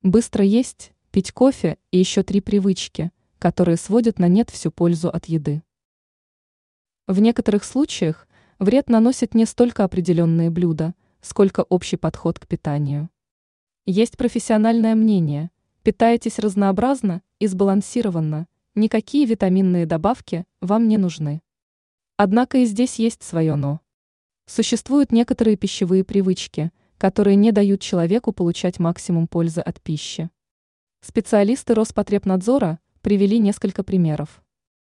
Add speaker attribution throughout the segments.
Speaker 1: Быстро есть, пить кофе и еще 3 привычки, которые сводят на нет всю пользу от еды. В некоторых случаях вред наносит не столько определенные блюда, сколько общий подход к питанию. Есть профессиональное мнение: питаетесь разнообразно и сбалансированно, никакие витаминные добавки вам не нужны. Однако и здесь есть свое «но». Существуют некоторые пищевые привычки, которые не дают человеку получать максимум пользы от пищи. Специалисты Роспотребнадзора привели несколько примеров.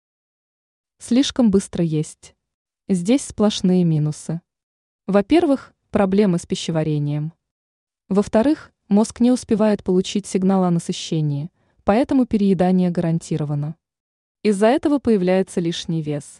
Speaker 1: Слишком быстро есть. Здесь сплошные минусы. Во-первых, проблемы с пищеварением. Во-вторых, мозг не успевает получить сигнал о насыщении, поэтому переедание гарантировано. Из-за этого появляется лишний вес.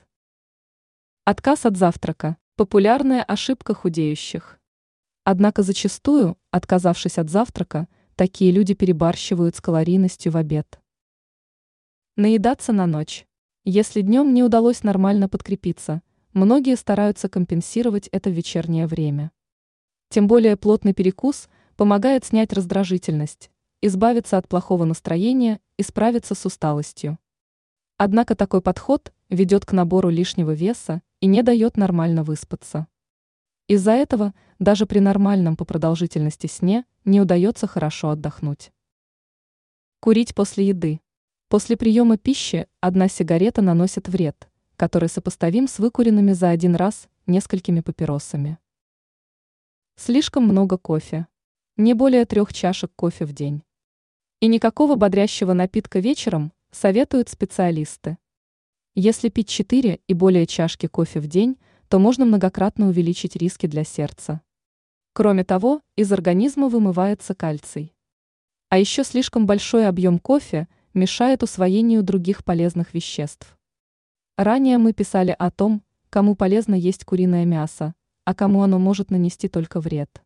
Speaker 1: Отказ от завтрака – популярная ошибка худеющих. Однако зачастую, отказавшись от завтрака, такие люди перебарщивают с калорийностью в обед. Наедаться на ночь. Если днем не удалось нормально подкрепиться, многие стараются компенсировать это в вечернее время. Тем более плотный перекус помогает снять раздражительность, избавиться от плохого настроения и справиться с усталостью. Однако такой подход ведет к набору лишнего веса и не дает нормально выспаться. Из-за этого даже при нормальном по продолжительности сне не удается хорошо отдохнуть. Курить после еды. После приема пищи 1 сигарета наносит вред, который сопоставим с выкуренными за один раз несколькими папиросами. Слишком много кофе. Не более 3 чашек кофе в день. И никакого бодрящего напитка вечером, советуют специалисты. Если пить 4 и более чашки кофе в день, то можно многократно увеличить риски для сердца. Кроме того, из организма вымывается кальций. А еще слишком большой объем кофе мешает усвоению других полезных веществ. Ранее мы писали о том, кому полезно есть куриное мясо, а кому оно может нанести только вред.